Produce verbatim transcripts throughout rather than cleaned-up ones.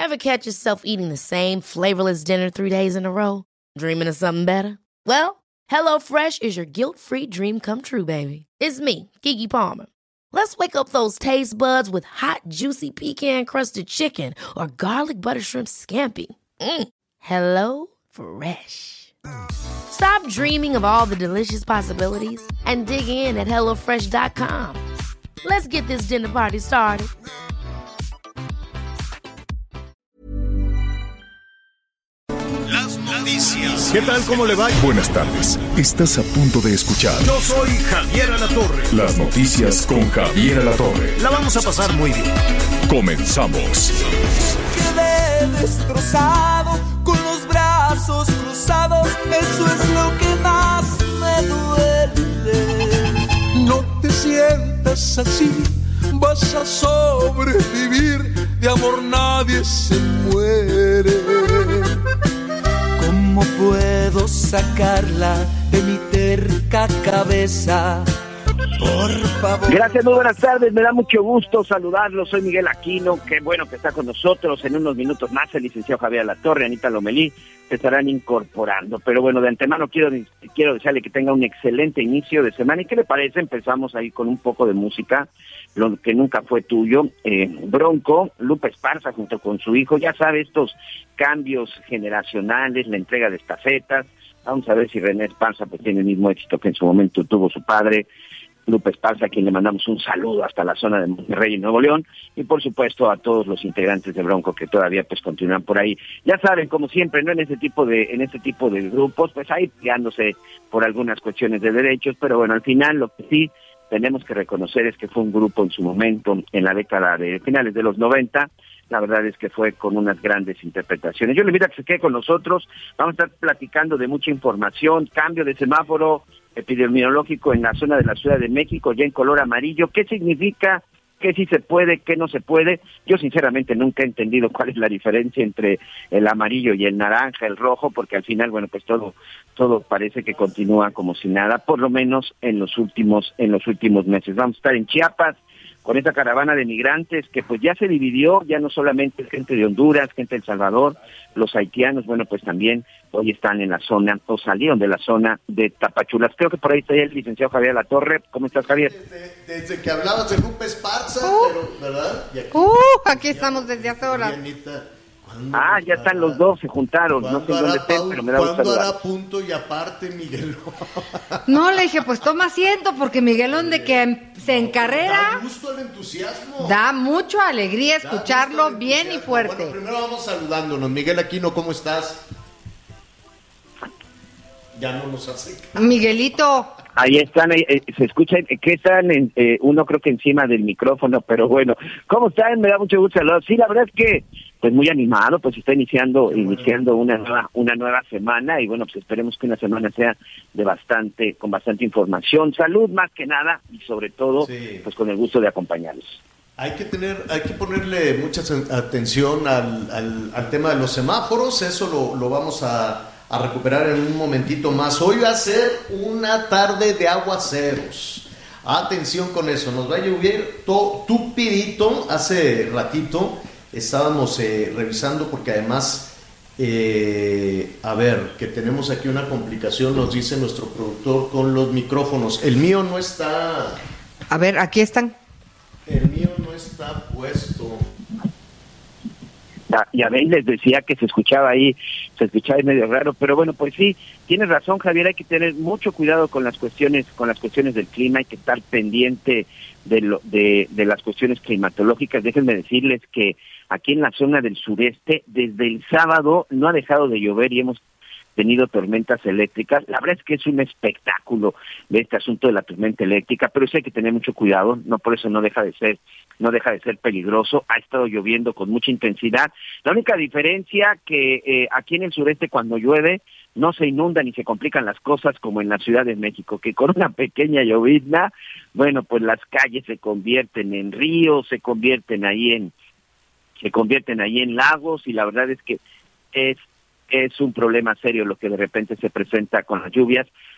Ever catch yourself eating the same flavorless dinner three days in a row? Dreaming of something better? Well, HelloFresh is your guilt-free dream come true, baby. It's me, Keke Palmer. Let's wake up those taste buds with hot, juicy pecan-crusted chicken or garlic butter shrimp scampi. Mm. Hello Fresh. Stop dreaming of all the delicious possibilities and dig in at hello fresh dot com. Let's get this dinner party started. Las noticias. ¿Qué tal? ¿Cómo le va? Buenas tardes. Estás a punto de escuchar. Yo soy Javier Alatorre. Las noticias con Javier Alatorre. La vamos a pasar muy bien. Comenzamos. Quedé destrozado con los brazos cruzados. Eso es lo que más me duele. No te sientas así. Vas a sobrevivir. De amor nadie se muere. ¿Cómo puedo sacarla de mi terca cabeza? Por favor. Gracias, muy buenas tardes, me da mucho gusto saludarlos, soy Miguel Aquino, qué bueno que está con nosotros, en unos minutos más el licenciado Javier Alatorre, Anita Lomelí, se estarán incorporando, pero bueno, de antemano quiero, quiero desearle que tenga un excelente inicio de semana, ¿y qué le parece? Empezamos ahí con un poco de música, lo que nunca fue tuyo, eh, Bronco, Lupe Esparza junto con su hijo, ya sabe, estos cambios generacionales, la entrega de estafetas, vamos a ver si René Esparza pues tiene el mismo éxito que en su momento tuvo su padre, Lupe Esparza, a quien le mandamos un saludo hasta la zona de Monterrey y Nuevo León, y por supuesto a todos los integrantes de Bronco que todavía pues continúan por ahí. Ya saben, como siempre, no en ese tipo de en ese tipo de grupos, pues ahí peleándose por algunas cuestiones de derechos, pero bueno, al final lo que sí tenemos que reconocer es que fue un grupo en su momento, en la década de finales de los noventa, la verdad es que fue con unas grandes interpretaciones. Yo le invito a que se quede con nosotros, vamos a estar platicando de mucha información, cambio de semáforo epidemiológico en la zona de la Ciudad de México, ya en color amarillo. ¿Qué significa? ¿Qué sí se puede? ¿Qué no se puede? Yo sinceramente nunca he entendido cuál es la diferencia entre el amarillo y el naranja, el rojo, porque al final, bueno, pues todo todo parece que continúa como si nada, por lo menos en los últimos en los últimos meses. Vamos a estar en Chiapas con esta caravana de migrantes que pues ya se dividió, ya no solamente gente de Honduras, gente de El Salvador, los haitianos, bueno, pues también hoy están en la zona, o salieron de la zona de Tapachulas. Creo que por ahí está ya el licenciado Javier Alatorre. ¿Cómo estás, Javier? Desde, desde que hablabas de Lupe Esparza, uh, pero, ¿verdad? Y aquí, uh, aquí estamos desde hace horas. Ah, ya están los dos, se juntaron, no sé dónde estén, pero me da gusto ¿Cuándo saludar. hará punto y aparte, Miguel? No, le dije, pues toma asiento, porque Miguelón de que se encarrera... Da gusto el entusiasmo. Da mucha alegría escucharlo Da bien y fuerte. Bueno, primero vamos saludándonos. Miguel Aquino, ¿cómo estás? Ya no nos hace... Miguelito... Ahí están, eh, se escucha que están, en, eh, uno creo que encima del micrófono, pero bueno, ¿cómo están? Me da mucho gusto saludar. Sí, la verdad es que, pues muy animado, pues está iniciando, sí, iniciando bueno. una nueva, una nueva semana, y bueno, pues esperemos que una semana sea de bastante, con bastante información, salud más que nada, y sobre todo, sí, pues con el gusto de acompañarlos. Hay que tener, hay que ponerle mucha atención al, al, al tema de los semáforos, eso lo, lo vamos a... a recuperar en un momentito más. Hoy va a ser una tarde de aguaceros. Atención con eso, nos va a llover to, tupidito. Hace ratito estábamos eh, revisando porque además, eh, a ver, que tenemos aquí una complicación, nos dice nuestro productor con los micrófonos. El mío no está... A ver, aquí están. El mío no está puesto. Ya ven, les decía que se escuchaba ahí, se escuchaba ahí medio raro, pero bueno, pues sí, tienes razón, Javier, hay que tener mucho cuidado con las cuestiones, con las cuestiones del clima, hay que estar pendiente de lo, de, de las cuestiones climatológicas. Déjenme decirles que aquí en la zona del sureste, desde el sábado no ha dejado de llover y hemos tenido tormentas eléctricas. La verdad es que es un espectáculo de este asunto de la tormenta eléctrica, pero sí hay que tener mucho cuidado, no por eso no deja de ser no deja de ser peligroso. Ha estado lloviendo con mucha intensidad. La única diferencia que eh, aquí en el sureste cuando llueve no se inundan ni se complican las cosas como en la Ciudad de México, que con una pequeña llovizna, bueno, pues las calles se convierten en ríos, se convierten ahí en se convierten ahí en lagos, y la verdad es que es es un problema serio lo que de repente se presenta con las lluvias.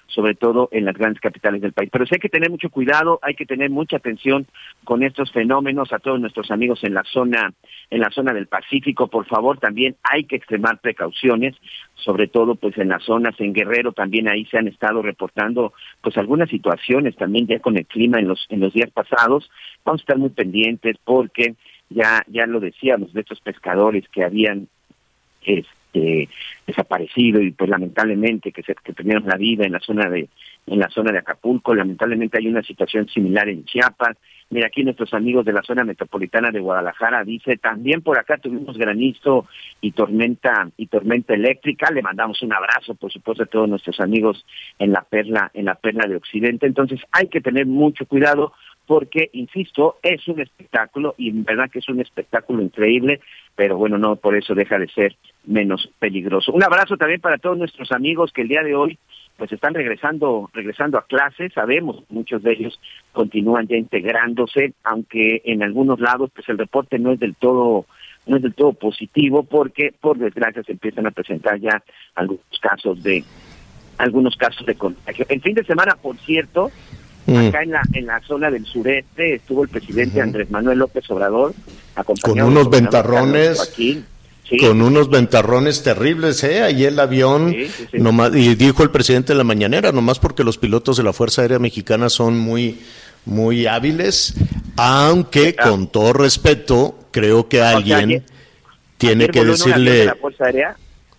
sobre todo en las grandes capitales del país. Pero sí hay que tener mucho cuidado, hay que tener mucha atención con estos fenómenos. A todos nuestros amigos en la zona, en la zona del Pacífico, por favor, también hay que extremar precauciones, sobre todo pues en las zonas, en Guerrero también ahí se han estado reportando pues algunas situaciones también ya con el clima en los en los días pasados. Vamos a estar muy pendientes porque ya ya lo decíamos de estos pescadores que habían este desaparecido y pues lamentablemente que se que perdieron la vida en la zona de en la zona de Acapulco. Lamentablemente hay una situación similar en Chiapas. Mira, aquí nuestros amigos de la zona metropolitana de Guadalajara dice, también por acá tuvimos granizo y tormenta y tormenta eléctrica. Le mandamos un abrazo, por supuesto, a todos nuestros amigos en la perla en la perla de Occidente. Entonces hay que tener mucho cuidado porque, insisto, es un espectáculo y en verdad que es un espectáculo increíble, pero bueno, no por eso deja de ser menos peligroso. Un abrazo también para todos nuestros amigos que el día de hoy pues están regresando regresando a clases. Sabemos muchos de ellos continúan ya integrándose, aunque en algunos lados pues el reporte no es del todo no es del todo positivo porque por desgracia se empiezan a presentar ya algunos casos de algunos casos de contagio. El fin de semana, por cierto, acá en la en la zona del sureste estuvo el presidente uh-huh. Andrés Manuel López Obrador acompañado con unos ventarrones Sí, con unos sí. ventarrones terribles, ¿eh? Ahí el avión, sí, sí, sí. Nomás, y dijo el presidente de la mañanera, nomás porque los pilotos de la Fuerza Aérea Mexicana son muy, muy hábiles, aunque ah. con todo respeto, creo que alguien o sea, tiene que decirle... De la Fuerza Aérea?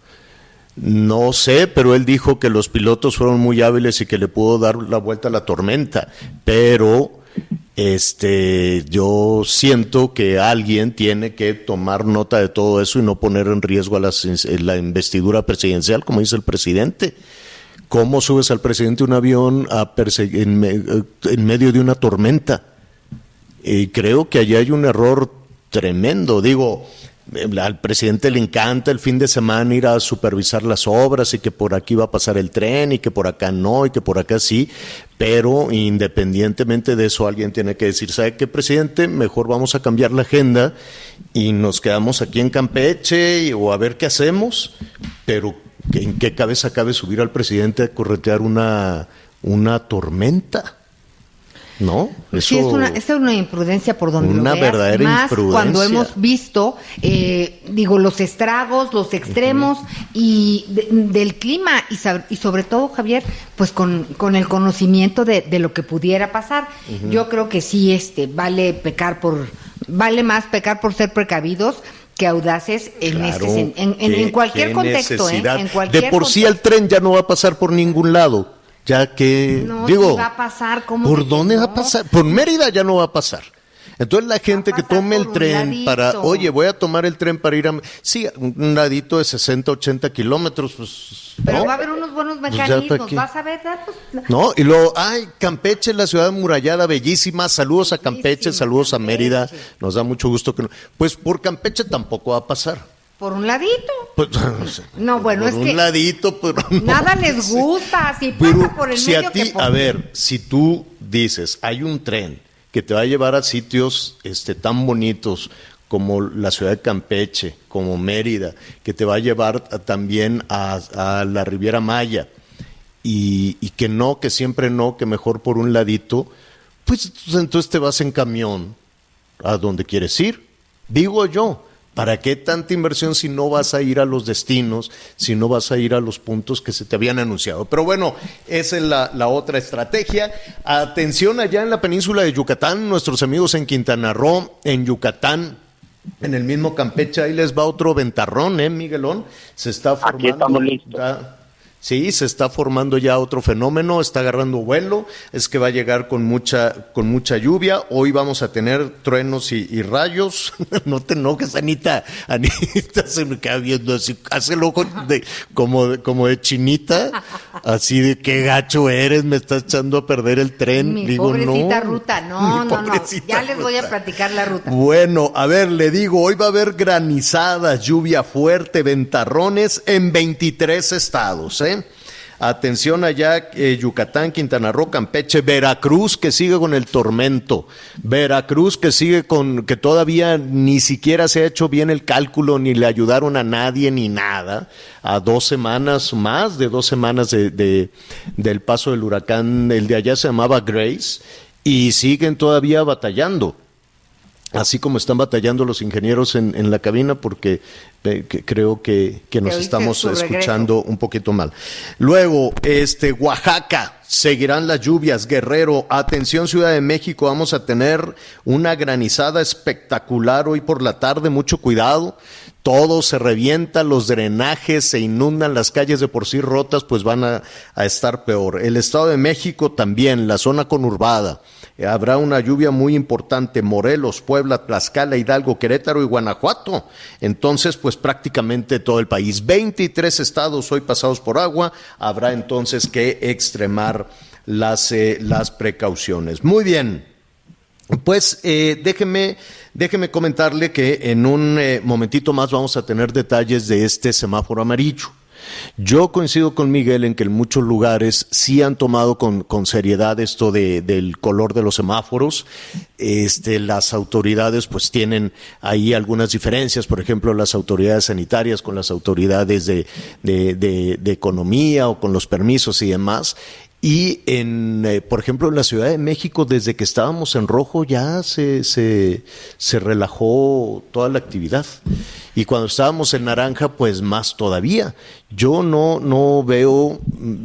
No sé, pero él dijo que los pilotos fueron muy hábiles y que le pudo dar la vuelta a la tormenta, pero... Este, yo siento que alguien tiene que tomar nota de todo eso y no poner en riesgo a las, la investidura presidencial, como dice el presidente. ¿Cómo subes al presidente un avión a perse- en, me- en medio de una tormenta? Y creo que allí hay un error tremendo. Digo, al presidente le encanta el fin de semana ir a supervisar las obras y que por aquí va a pasar el tren y que por acá no y que por acá sí, pero independientemente de eso alguien tiene que decir, ¿sabe qué, presidente? Mejor vamos a cambiar la agenda y nos quedamos aquí en Campeche y, o a ver qué hacemos, pero ¿en qué cabeza cabe subir al presidente a corretear una, una tormenta? No, eso sí, es una, es una imprudencia por donde una lo veas, verdadera más imprudencia. Cuando hemos visto, eh, digo, los estragos, los extremos uh-huh. y de, del clima y, sab- y sobre todo, Javier, pues con, con el conocimiento de, de lo que pudiera pasar. Uh-huh. Yo creo que sí, este, vale pecar por, vale más pecar por ser precavidos que audaces en claro, este, en, en, en, en cualquier contexto, ¿eh? En cualquier de por sí contexto. el tren ya no va a pasar por ningún lado. Ya que, no, digo, si va a pasar, ¿cómo ¿por dónde no? va a pasar? Por Mérida ya no va a pasar. Entonces la gente que tome el tren para, oye, voy a tomar el tren para ir a... Sí, un ladito de sesenta, ochenta kilómetros, pues... Pero ¿no? va a haber unos buenos mecanismos, pues vas a ver... Pues, no, y luego, ay, Campeche, la ciudad amurallada, bellísima, saludos a Campeche, bellísima, saludos Campeche. A Mérida, nos da mucho gusto que no... Pues por Campeche tampoco va a pasar. Por un ladito. Pues, no, bueno, por es un que ladito, pero no, nada les gusta, si pasa pero por el si medio a ti, que por... a ver, si tú dices, hay un tren que te va a llevar a sitios este tan bonitos como la ciudad de Campeche, como Mérida, que te va a llevar a, también a, a la Riviera Maya, y, y que no, que siempre no, que mejor por un ladito, pues entonces te vas en camión a donde quieres ir, digo yo. ¿Para qué tanta inversión si no vas a ir a los destinos, si no vas a ir a los puntos que se te habían anunciado? Pero bueno, esa es la, la otra estrategia. Atención allá en la península de Yucatán, nuestros amigos en Quintana Roo, en Yucatán, en el mismo Campeche, ahí les va otro ventarrón, ¿eh, Miguelón? Se está formando... Aquí estamos listos. Ya, sí, se está formando ya otro fenómeno, está agarrando vuelo, es que va a llegar con mucha con mucha lluvia. Hoy vamos a tener truenos y, y rayos. No te enojes, Anita. Anita se me queda viendo así, hace el ojo de, como, de, como de chinita, así de qué gacho eres, me estás echando a perder el tren. Mi digo, pobrecita no, ruta, no, no, no, ya les voy ruta. a platicar la ruta. Bueno, a ver, le digo, hoy va a haber granizadas, lluvia fuerte, ventarrones en veintitrés estados, ¿eh? Atención allá, eh, Yucatán, Quintana Roo, Campeche, Veracruz, que sigue con el tormento. Veracruz, que sigue con, que todavía ni siquiera se ha hecho bien el cálculo, ni le ayudaron a nadie, ni nada. A dos semanas, más de dos semanas de, de, del paso del huracán, el de allá se llamaba Grace, y siguen todavía batallando. Así como están batallando los ingenieros en, en la cabina, porque eh, que creo que, que nos estamos escuchando un poquito mal. Luego, este Oaxaca, seguirán las lluvias. Guerrero, atención Ciudad de México, vamos a tener una granizada espectacular hoy por la tarde, mucho cuidado. Todo se revienta, los drenajes se inundan, las calles de por sí rotas pues van a, a estar peor. El Estado de México también, la zona conurbada. Habrá una lluvia muy importante, Morelos, Puebla, Tlaxcala, Hidalgo, Querétaro y Guanajuato. Entonces, pues prácticamente todo el país. veintitrés estados hoy pasados por agua, habrá entonces que extremar las, eh, las precauciones. Muy bien, pues eh, déjeme, déjeme comentarle que en un eh, momentito más vamos a tener detalles de este semáforo amarillo. Yo coincido con Miguel en que en muchos lugares sí han tomado con, con seriedad esto de, del color de los semáforos. Este, las autoridades pues tienen ahí algunas diferencias, por ejemplo, las autoridades sanitarias con las autoridades de, de, de, de economía o con los permisos y demás. Y en, eh, por ejemplo, en la Ciudad de México, desde que estábamos en rojo ya se, se, se relajó toda la actividad. Y cuando estábamos en naranja, pues más todavía. Yo no, no veo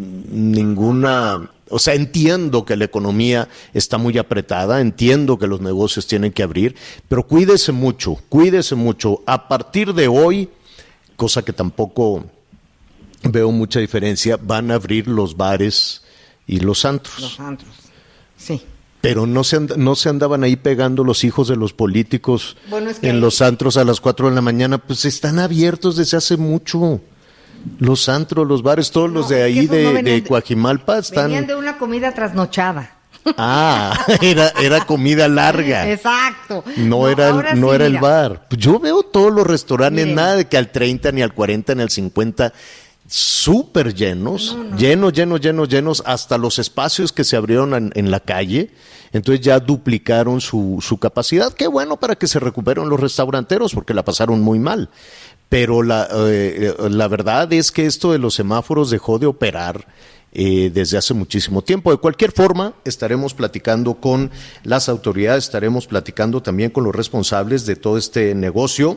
ninguna, o sea, entiendo que la economía está muy apretada, entiendo que los negocios tienen que abrir, pero cuídese mucho, cuídese mucho. A partir de hoy, cosa que tampoco veo mucha diferencia, van a abrir los bares y los antros. Los antros, sí. Pero no se, and, no se andaban ahí pegando los hijos de los políticos bueno, es que en ahí... los antros a las cuatro de la mañana, pues están abiertos desde hace mucho. Los antros, los bares, todos no, los de ahí de, no de Coajimalpa están... Venían de una comida trasnochada. Ah, era, era comida larga. Exacto. No, no era, el, no sí, era el mira. bar. Yo veo todos los restaurantes, Miren. nada de que al treinta, ni al cuarenta, ni al cincuenta... súper llenos, no, no. llenos, llenos, llenos, llenos, hasta los espacios que se abrieron en, en la calle, entonces ya duplicaron su, su capacidad. Qué bueno para que se recuperen los restauranteros, porque la pasaron muy mal. Pero la, eh, la verdad es que esto de los semáforos dejó de operar eh, desde hace muchísimo tiempo. De cualquier forma, estaremos platicando con las autoridades, estaremos platicando también con los responsables de todo este negocio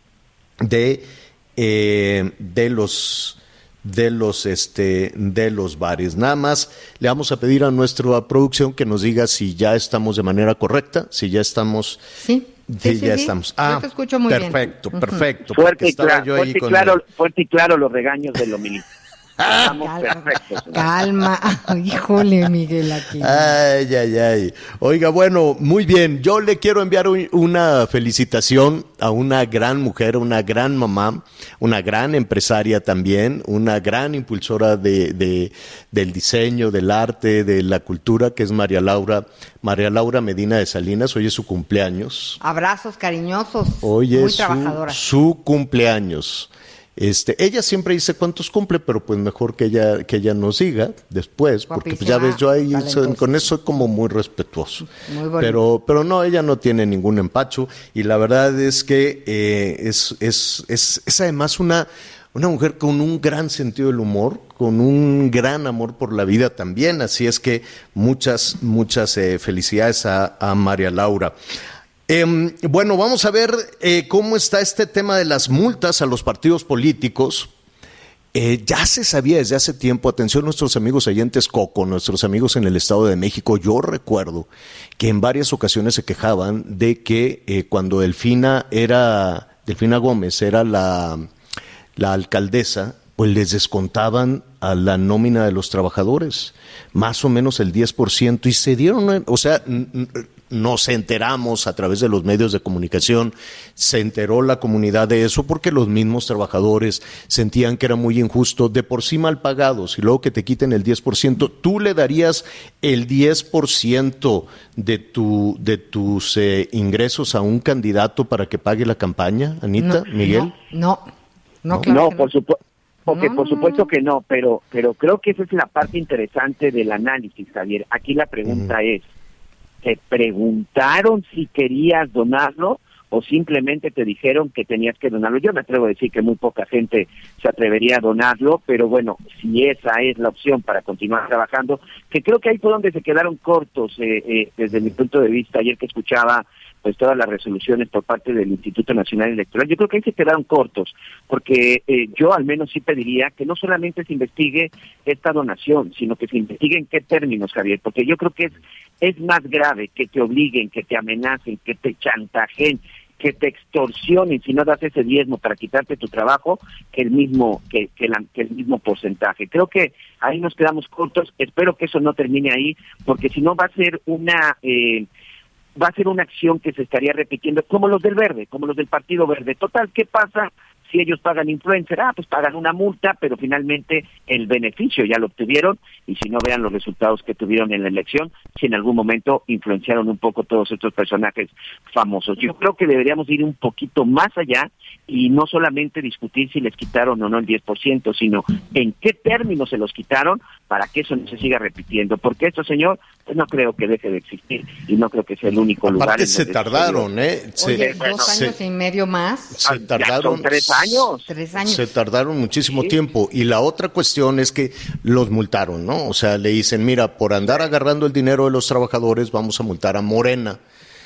de, eh, de los... de los este de los bares. Nada más le vamos a pedir a nuestra producción que nos diga si ya estamos de manera correcta, si ya estamos sí, sí, sí, ya sí, estamos. Sí. Ah, yo te escucho muy perfecto, bien. perfecto. Fuerte y, clara, yo ahí fuerte, y con claro, el... fuerte y claro los regaños de Lomelí. Estamos calma, perfectos. calma. Híjole, Miguel, aquí. Ay, ay, ay. Oiga, bueno, muy bien. Yo le quiero enviar un, una felicitación a una gran mujer, una gran mamá, una gran empresaria también, una gran impulsora de, de, del diseño, del arte, de la cultura, que es María Laura, María Laura Medina de Salinas. Hoy es su cumpleaños. Abrazos cariñosos. Hoy muy es trabajadora. Su, su cumpleaños. Este, ella siempre dice cuántos cumple, pero pues mejor que ella que ella nos diga después, porque pues ya ves, yo ahí soy, con eso soy como muy respetuoso. Muy bonito. Pero pero no, ella no tiene ningún empacho y la verdad es que eh, es, es es es además una una mujer con un gran sentido del humor, con un gran amor por la vida también, así es que muchas muchas eh, felicidades a, a María Laura. Eh, bueno, vamos a ver eh, cómo está este tema de las multas a los partidos políticos. Eh, ya se sabía desde hace tiempo, atención nuestros amigos allá en Texcoco, nuestros amigos en el Estado de México, yo recuerdo que en varias ocasiones se quejaban de que eh, cuando Delfina era, Delfina Gómez era la, la alcaldesa, pues les descontaban a la nómina de los trabajadores, más o menos el diez por ciento, y se dieron, o sea... nos enteramos a través de los medios de comunicación, se enteró la comunidad de eso porque los mismos trabajadores sentían que era muy injusto, de por sí mal pagados y luego que te quiten el diez por ciento. ¿Tú le darías el diez por ciento de, tu, de tus eh, ingresos a un candidato para que pague la campaña, Anita, no, Miguel? No, no, no, no, claro no por supuesto. Ok, No, por no, supuesto no. que no, pero pero creo que esa es la parte interesante del análisis, Javier. Aquí la pregunta uh-huh. es, ¿te preguntaron si querías donarlo o simplemente te dijeron que tenías que donarlo? Yo me atrevo a decir que muy poca gente se atrevería a donarlo, pero bueno, si esa es la opción para continuar trabajando, que creo que ahí fue donde se quedaron cortos eh, eh, desde mi punto de vista, ayer que escuchaba pues todas las resoluciones por parte del Instituto Nacional Electoral, yo creo que ahí se quedaron cortos, porque eh, yo al menos sí pediría que no solamente se investigue esta donación, sino que se investigue en qué términos, Javier, porque yo creo que es, es más grave que te obliguen, que te amenacen, que te chantajeen, que te extorsionen si no das ese diezmo para quitarte tu trabajo, que el mismo que, que, la, que el mismo porcentaje. Creo que ahí nos quedamos cortos, espero que eso no termine ahí, porque si no va a ser una... Eh, va a ser una acción que se estaría repitiendo, como los del Verde, como los del Partido Verde. Total, ¿qué pasa si ellos pagan influencer? Ah, pues pagan una multa, pero finalmente el beneficio ya lo obtuvieron, y si no, vean los resultados que tuvieron en la elección, si en algún momento influenciaron un poco todos estos personajes famosos. Yo creo que deberíamos ir un poquito más allá y no solamente discutir si les quitaron o no el diez por ciento, sino en qué términos se los quitaron para que eso no se siga repitiendo, porque esto, señor, pues no creo que deje de existir y no creo que sea el único lugar. Aparte se tardaron, ¿eh? Se, Oye, bueno, dos años se, y medio más. Se tardaron. Son tres años. Tres años. Se tardaron muchísimo sí. tiempo. Y la otra cuestión es que los multaron, ¿no? O sea, le dicen, mira, por andar agarrando el dinero de los trabajadores, vamos a multar a Morena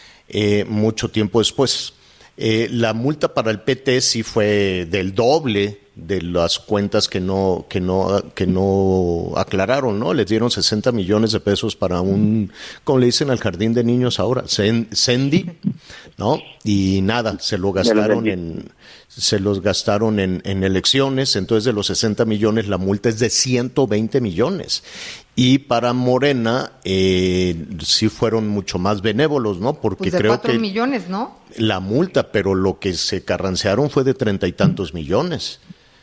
eh, mucho tiempo después. Eh, la multa para el P T sí fue del doble de las cuentas que no que no que no aclararon, ¿no? Les dieron sesenta millones de pesos para un, como le dicen al jardín de niños ahora, Sendy, ¿no? Y nada, se lo gastaron en se los gastaron en, en elecciones. Entonces, de los sesenta millones, la multa es de ciento veinte millones. Y para Morena eh, sí fueron mucho más benévolos, ¿no? Porque pues de creo cuatro que millones, ¿no? La multa, pero lo que se carrancearon fue de treinta y tantos millones.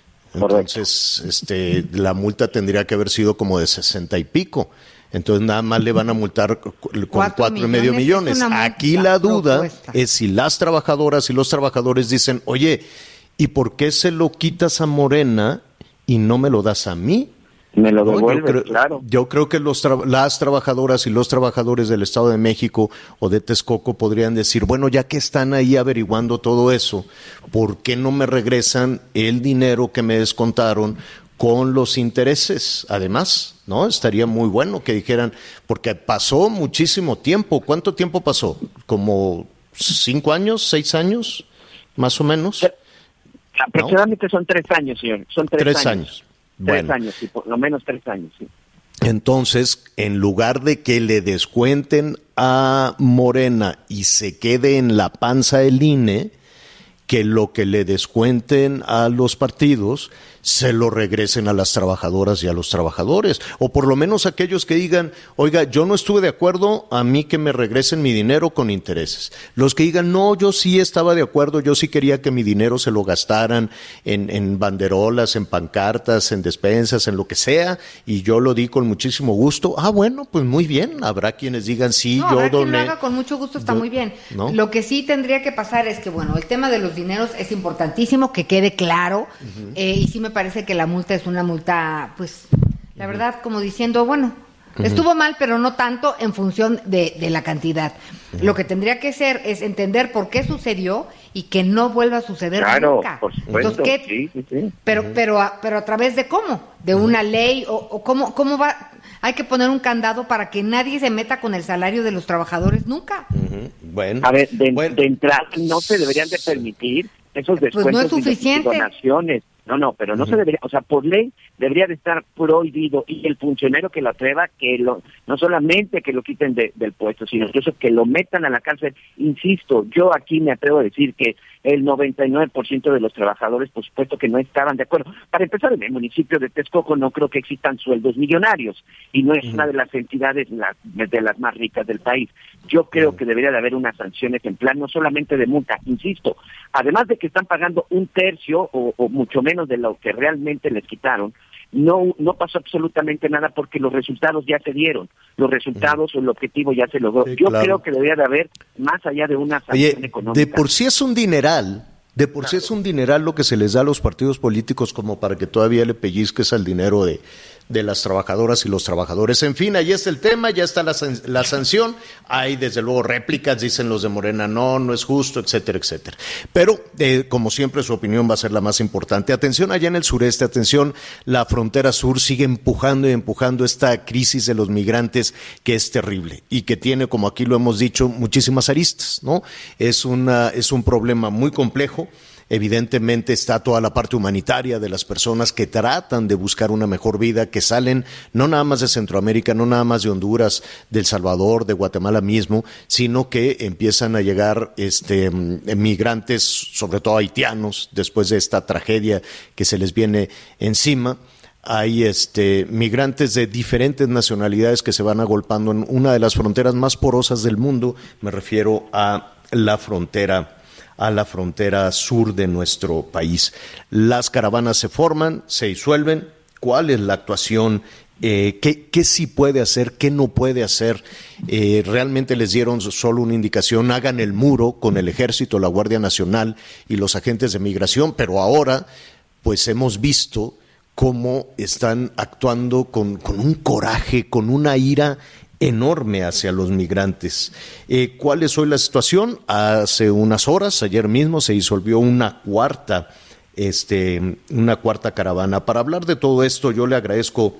Entonces, este, la multa tendría que haber sido como de sesenta y pico. Entonces, nada más le van a multar con cuatro, cuatro y medio millones. Aquí la duda propuesta. es si las trabajadoras y los trabajadores dicen, oye, ¿y por qué se lo quitas a Morena y no me lo das a mí? Me lo devuelve, no, yo creo, claro. Yo creo que los tra- las trabajadoras y los trabajadores del Estado de México o de Texcoco podrían decir, bueno, ya que están ahí averiguando todo eso, ¿por qué no me regresan el dinero que me descontaron con los intereses? Además, ¿no? Estaría muy bueno que dijeran, porque pasó muchísimo tiempo. ¿Cuánto tiempo pasó? ¿Como cinco años, seis años, más o menos? Aproximadamente ¿no? Son tres años, señor. Son tres, tres años. años. Tres Bueno. años, sí, por lo menos tres años, sí. Entonces, en lugar de que le descuenten a Morena y se quede en la panza el I N E, que lo que le descuenten a los partidos se lo regresen a las trabajadoras y a los trabajadores, o por lo menos aquellos que digan, oiga, yo no estuve de acuerdo, a mí que me regresen mi dinero con intereses. Los que digan, no, yo sí estaba de acuerdo, yo sí quería que mi dinero se lo gastaran en, en banderolas, en pancartas, en despensas, en lo que sea, y yo lo di con muchísimo gusto. Ah, bueno, pues muy bien, habrá quienes digan, sí, no, yo habrá doné. Quien lo haga con mucho gusto, está yo, muy bien. ¿no? Lo que sí tendría que pasar es que, bueno, el tema de los dineros es importantísimo, que quede claro, uh-huh. eh, y sí me parece que la multa es una multa, pues, la uh-huh. verdad, como diciendo, bueno, uh-huh. estuvo mal, pero no tanto en función de, de la cantidad. Uh-huh. Lo que tendría que ser es entender por qué sucedió y que no vuelva a suceder claro, nunca. Por supuesto. Entonces, ¿qué? Sí, sí, sí. Pero, uh-huh. pero, a, pero a través de cómo, de uh-huh. una ley o, o cómo, cómo va. Hay que poner un candado para que nadie se meta con el salario de los trabajadores nunca. Uh-huh. Bueno, a ver, de, bueno. de entrada no se deberían de permitir esos descuentos pues no es suficiente. y donaciones. No, no, pero no uh-huh. se debería, o sea, por ley debería de estar prohibido, y el funcionario que lo atreva, que lo, no solamente que lo quiten de, del puesto, sino incluso que lo metan a la cárcel. Insisto, yo aquí me atrevo a decir que el noventa y nueve por ciento de los trabajadores, por supuesto que no estaban de acuerdo. Para empezar, en el municipio de Texcoco no creo que existan sueldos millonarios, y no es uh-huh. una de las entidades la, de las más ricas del país. Yo creo uh-huh. que debería de haber una sanción ejemplar, no solamente de multa, insisto, además de que están pagando un tercio o, o mucho menos de lo que realmente les quitaron, no no pasó absolutamente nada porque los resultados ya se dieron, los resultados o el objetivo ya se logró. Sí, Yo claro. creo que debería de haber, más allá de una sanción Oye, económica. de por sí es un dineral, De por sí es un dineral lo que se les da a los partidos políticos como para que todavía le pellizques al dinero de, de las trabajadoras y los trabajadores. En fin, ahí está el tema, ya está la, la sanción. Hay desde luego réplicas, dicen los de Morena, no, no es justo, etcétera, etcétera. Pero, eh, como siempre, su opinión va a ser la más importante. Atención allá en el sureste, atención, la frontera sur sigue empujando y empujando esta crisis de los migrantes que es terrible y que tiene, como aquí lo hemos dicho, muchísimas aristas, ¿no? Es una, es un problema muy complejo. Evidentemente está toda la parte humanitaria de las personas que tratan de buscar una mejor vida, que salen no nada más de Centroamérica, no nada más de Honduras, de El Salvador, de Guatemala mismo, sino que empiezan a llegar este, migrantes, sobre todo haitianos, después de esta tragedia que se les viene encima. Hay este, migrantes de diferentes nacionalidades que se van agolpando en una de las fronteras más porosas del mundo, me refiero a la frontera a la frontera sur de nuestro país. Las caravanas se forman, se disuelven. ¿Cuál es la actuación? Eh, ¿qué, ¿Qué sí puede hacer? ¿Qué no puede hacer? Eh, realmente les dieron solo una indicación, hagan el muro con el Ejército, la Guardia Nacional y los agentes de migración, pero ahora pues hemos visto cómo están actuando con, con un coraje, con una ira enorme hacia los migrantes. Eh, ¿Cuál es hoy la situación? Hace unas horas, ayer mismo, se disolvió una cuarta, este, una cuarta caravana. Para hablar de todo esto, yo le agradezco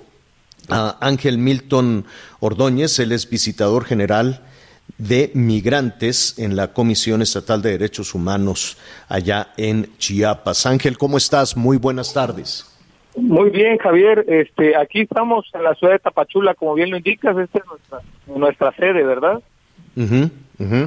a Ángel Milton Ordóñez, él es visitador general de migrantes en la Comisión Estatal de Derechos Humanos allá en Chiapas. Ángel, ¿cómo estás? Muy buenas tardes. Muy bien, Javier. Este, aquí estamos en la ciudad de Tapachula, como bien lo indicas, esta es nuestra, nuestra sede, ¿verdad? Uh-huh, uh-huh.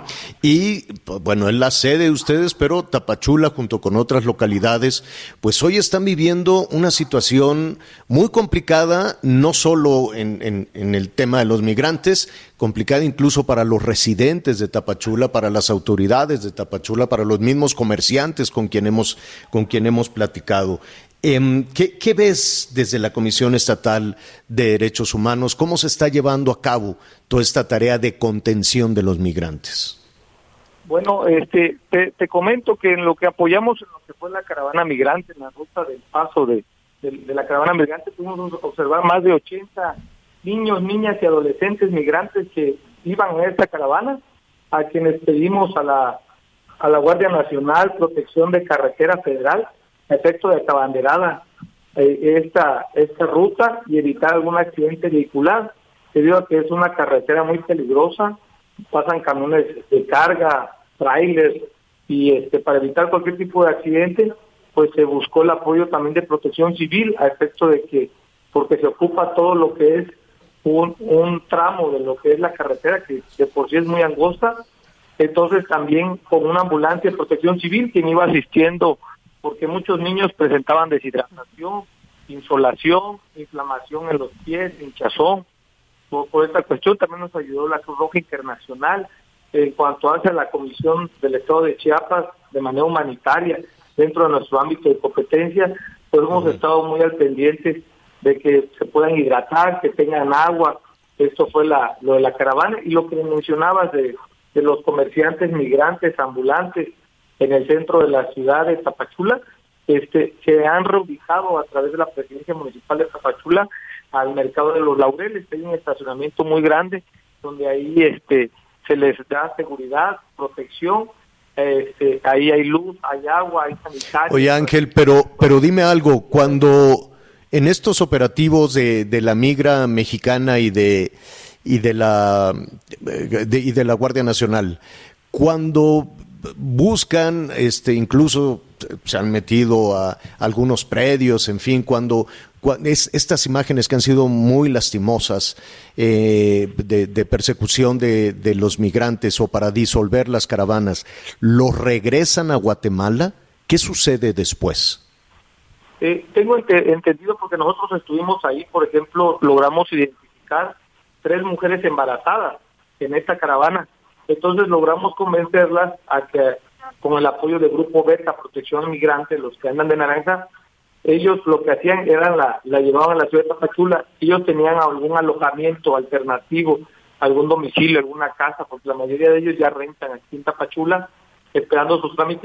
Y bueno, es la sede de ustedes, pero Tapachula junto con otras localidades, pues hoy están viviendo una situación muy complicada, no solo en, en, en el tema de los migrantes, complicada incluso para los residentes de Tapachula, para las autoridades de Tapachula, para los mismos comerciantes con quien hemos, con quien hemos platicado. ¿Qué, ¿Qué ves desde la Comisión Estatal de Derechos Humanos? ¿Cómo se está llevando a cabo toda esta tarea de contención de los migrantes? Bueno, este, te, te comento que en lo que apoyamos en lo que fue la caravana migrante, en la ruta del paso de, de, de la caravana migrante, pudimos observar más de ochenta niños, niñas y adolescentes migrantes que iban en esta caravana, a quienes pedimos a la, a la Guardia Nacional, Protección de Carretera Federal, a efecto de abanderada eh, esta, esta ruta y evitar algún accidente vehicular, debido a que es una carretera muy peligrosa, pasan camiones de carga, trailers, y este para evitar cualquier tipo de accidente, pues se buscó el apoyo también de Protección Civil, a efecto de que, porque se ocupa todo lo que es un, un tramo de lo que es la carretera, que de por sí es muy angosta, entonces también con una ambulancia de Protección Civil, quien iba asistiendo, porque muchos niños presentaban deshidratación, insolación, inflamación en los pies, hinchazón. Por, por esta cuestión también nos ayudó la Cruz Roja Internacional en cuanto hace a la Comisión del Estado de Chiapas de manera humanitaria dentro de nuestro ámbito de competencia, pues hemos estado muy al pendiente de que se puedan hidratar, que tengan agua. Esto fue la, lo de la caravana y lo que mencionabas de, de los comerciantes migrantes ambulantes en el centro de la ciudad de Tapachula, este, se han reubicado a través de la Presidencia Municipal de Tapachula al mercado de los Laureles. Hay un estacionamiento muy grande donde ahí este se les da seguridad, protección, este, ahí hay luz, hay agua, hay sanitario. Oye Ángel, pero pero dime algo, cuando en estos operativos de, de la migra mexicana y de y de la de, y de la Guardia Nacional, cuando buscan, este, incluso se han metido a algunos predios, en fin, cuando, cuando es, estas imágenes que han sido muy lastimosas eh, de, de persecución de, de los migrantes o para disolver las caravanas, ¿los regresan a Guatemala? ¿Qué sucede después? Eh, tengo ent- entendido porque nosotros estuvimos ahí, por ejemplo, logramos identificar tres mujeres embarazadas en esta caravana. Entonces logramos convencerlas a que con el apoyo del Grupo Beta, Protección Migrante, los que andan de naranja, ellos lo que hacían era la, la llevaban a la ciudad de Tapachula, ellos tenían algún alojamiento alternativo, algún domicilio, alguna casa, porque la mayoría de ellos ya rentan aquí en Tapachula, esperando sus trámites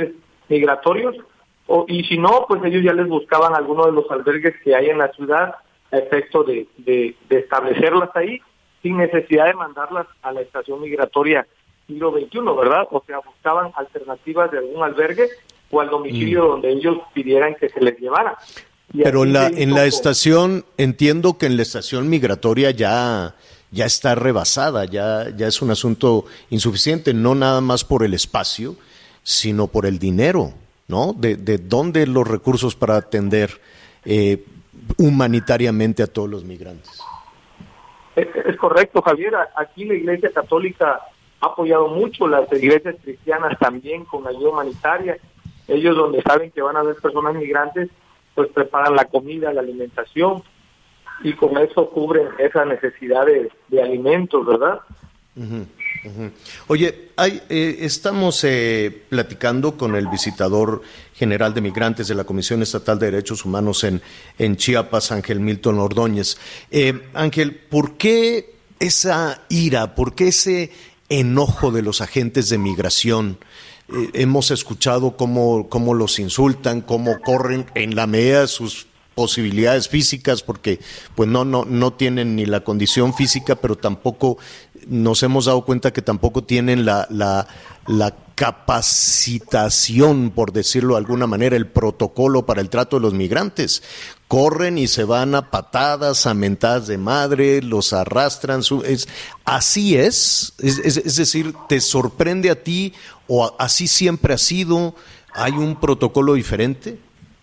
migratorios, o, y si no, pues ellos ya les buscaban alguno de los albergues que hay en la ciudad a efecto de, de, de establecerlas ahí, sin necesidad de mandarlas a la estación migratoria siglo veintiuno, ¿verdad? O sea, buscaban alternativas de algún albergue o al domicilio mm. donde ellos pidieran que se les llevara. Y Pero en la, en la poco... estación, entiendo que en la estación migratoria ya, ya está rebasada, ya, ya es un asunto insuficiente, no nada más por el espacio, sino por el dinero, ¿no? De, de dónde los recursos para atender eh, humanitariamente a todos los migrantes. Es, es correcto, Javier. Aquí la Iglesia Católica ha apoyado mucho, las iglesias cristianas también con ayuda humanitaria. Ellos, donde saben que van a haber personas migrantes, pues preparan la comida, la alimentación, y con eso cubren esa necesidad de, de alimentos, ¿verdad? Uh-huh, uh-huh. Oye, hay, eh, estamos eh, platicando con el visitador general de migrantes de la Comisión Estatal de Derechos Humanos en, en Chiapas, Ángel Milton Ordóñez. Eh, Ángel, ¿por qué esa ira, por qué ese enojo de los agentes de migración? Eh, hemos escuchado cómo, cómo los insultan, cómo corren en la medida de sus posibilidades físicas, porque pues no, no, no tienen ni la condición física, pero tampoco nos hemos dado cuenta que tampoco tienen la, la, la capacitación, por decirlo de alguna manera, el protocolo para el trato de los migrantes. Corren y se van a patadas, a mentadas de madre, los arrastran. Su, es, así es? Es, es, es decir, ¿te sorprende a ti o así siempre ha sido? ¿Hay un protocolo diferente?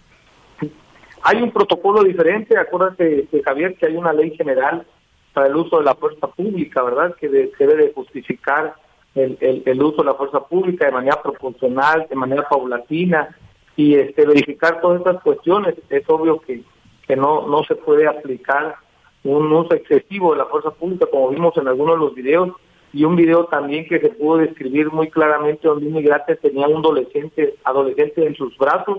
Hay un protocolo diferente. Acuérdate, Javier, que hay una ley general para el uso de la fuerza pública, ¿verdad? Que de, debe de justificar el, el, el uso de la fuerza pública de manera proporcional, de manera paulatina, y este verificar todas estas cuestiones. Es obvio que, que no, no se puede aplicar un uso excesivo de la fuerza pública, como vimos en algunos de los videos, y un video también que se pudo describir muy claramente donde un migrante tenía un adolescente, adolescente en sus brazos,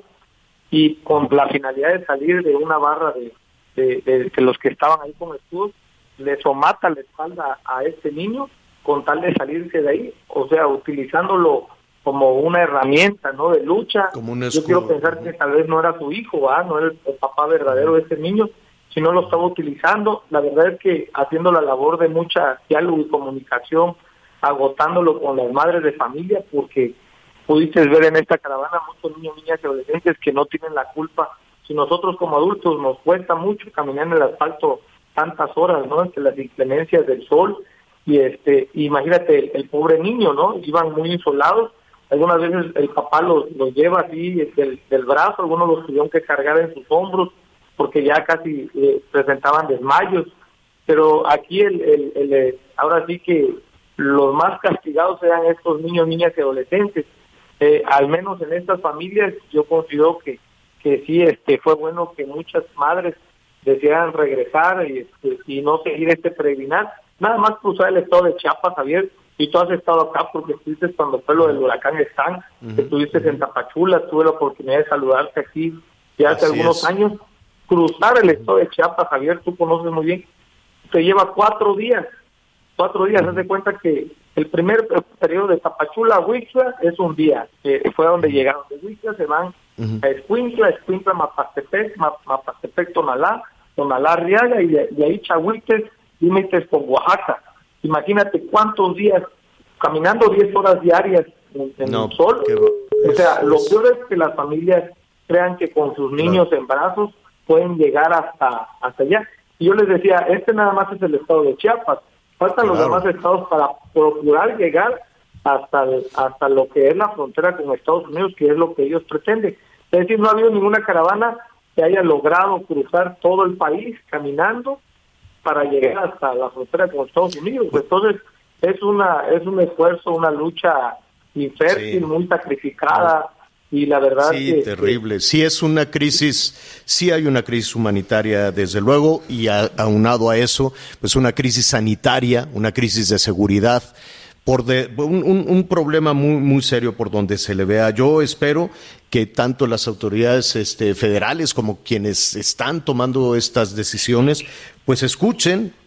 y con la finalidad de salir de una barra de, de, de, de los que estaban ahí con escudos, le somata la espalda a este niño con tal de salirse de ahí, o sea, utilizándolo como una herramienta, ¿no?, de lucha. Como un Yo quiero pensar que tal vez no era su hijo, ¿verdad? No era el, el papá verdadero de este niño, sino lo estaba utilizando. La verdad es que haciendo la labor de mucha diálogo y comunicación, agotándolo con las madres de familia, porque pudiste ver en esta caravana muchos niños, niñas y adolescentes que no tienen la culpa. Si nosotros como adultos nos cuesta mucho caminar en el asfalto tantas horas, ¿no?, entre las inclemencias del sol, y este, imagínate el, el pobre niño, ¿no? Iban muy insolados. Algunas veces el papá los, los lleva así del, del brazo, algunos los tuvieron que cargar en sus hombros porque ya casi eh, presentaban desmayos. Pero aquí el, el, el, el ahora sí que los más castigados eran estos niños, niñas y adolescentes. Eh, al menos en estas familias yo considero que, que sí este fue bueno que muchas madres desearan regresar y, este, y no seguir este peregrinar. Nada más cruzar el estado de Chiapas, Javier, y tú has estado acá porque estuviste cuando fue lo del huracán Stan, uh-huh. estuviste en Tapachula, tuve la oportunidad de saludarte aquí ya hace Así algunos es. años. Cruzar el estado de Chiapas, Javier, tú conoces muy bien, te lleva cuatro días, cuatro días, uh-huh. haz de cuenta que el primer periodo de Tapachula a Huixla es un día, que fue donde uh-huh. llegaron. De Huixla se van uh-huh. a Escuintla, Escuintla, Mapastepec, Mapastepec, Tonalá, Tonalá, Arriaga, y de, de ahí Chahuites, límites con Oaxaca. Imagínate cuántos días, caminando diez horas diarias en, en no, el sol. Que, o sea, es, lo es... peor es que las familias crean que con sus niños claro. en brazos pueden llegar hasta, hasta allá. Y yo les decía, este nada más es el estado de Chiapas. Faltan claro. los demás estados para procurar llegar hasta, el, hasta lo que es la frontera con Estados Unidos, que es lo que ellos pretenden. Es decir, no ha habido ninguna caravana que haya logrado cruzar todo el país caminando para llegar hasta la frontera con Estados Unidos. Entonces, es una es un esfuerzo, una lucha infértil, sí. muy sacrificada, y la verdad sí, que... terrible. Sí es una crisis, sí hay una crisis humanitaria, desde luego, y a, aunado a eso, pues una crisis sanitaria, una crisis de seguridad, por de, un, un, un problema muy muy serio por donde se le vea. Yo espero que tanto las autoridades este, federales como quienes están tomando estas decisiones, pues escuchen,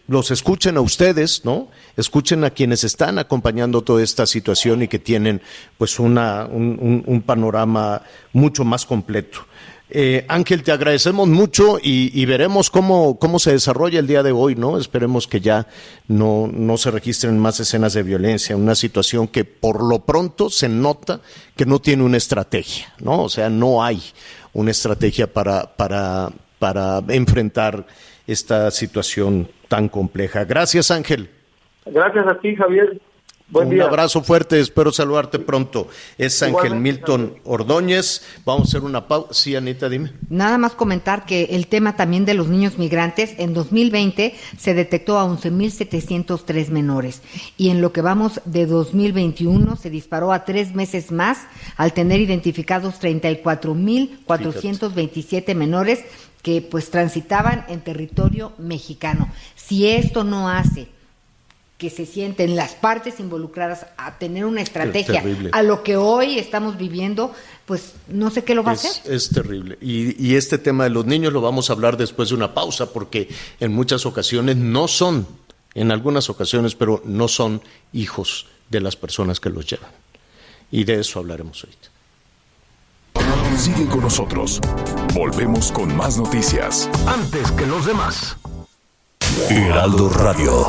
los escuchen a ustedes, ¿no? Escuchen a quienes están acompañando toda esta situación y que tienen pues una, un, un, un panorama mucho más completo. Eh, Ángel, te agradecemos mucho y, y veremos cómo, cómo se desarrolla el día de hoy, ¿no? Esperemos que ya no, no se registren más escenas de violencia, una situación que por lo pronto se nota que no tiene una estrategia, ¿no? O sea, no hay una estrategia para, para, para enfrentar esta situación tan compleja. Gracias, Ángel. Gracias a ti, Javier. Buen Un día. abrazo fuerte, espero saludarte pronto. Es Ángel Igualmente, Milton Ordóñez. Vamos a hacer una pausa. Sí, Anita, dime. Nada más comentar que el tema también de los niños migrantes, en dos mil veinte se detectó a once mil setecientos tres menores y en lo que vamos de dos mil veintiuno se disparó a tres meses más al tener identificados treinta y cuatro mil cuatrocientos veintisiete menores que pues transitaban en territorio mexicano. Si esto no hace que se sienten las partes involucradas a tener una estrategia a lo que hoy estamos viviendo, pues no sé qué lo va es, a hacer. Es terrible. Y, y este tema de los niños lo vamos a hablar después de una pausa, porque en muchas ocasiones no son, en algunas ocasiones, pero no son hijos de las personas que los llevan. Y de eso hablaremos ahorita. Sigue con nosotros. Volvemos con más noticias. Antes que los demás. Heraldo Radio.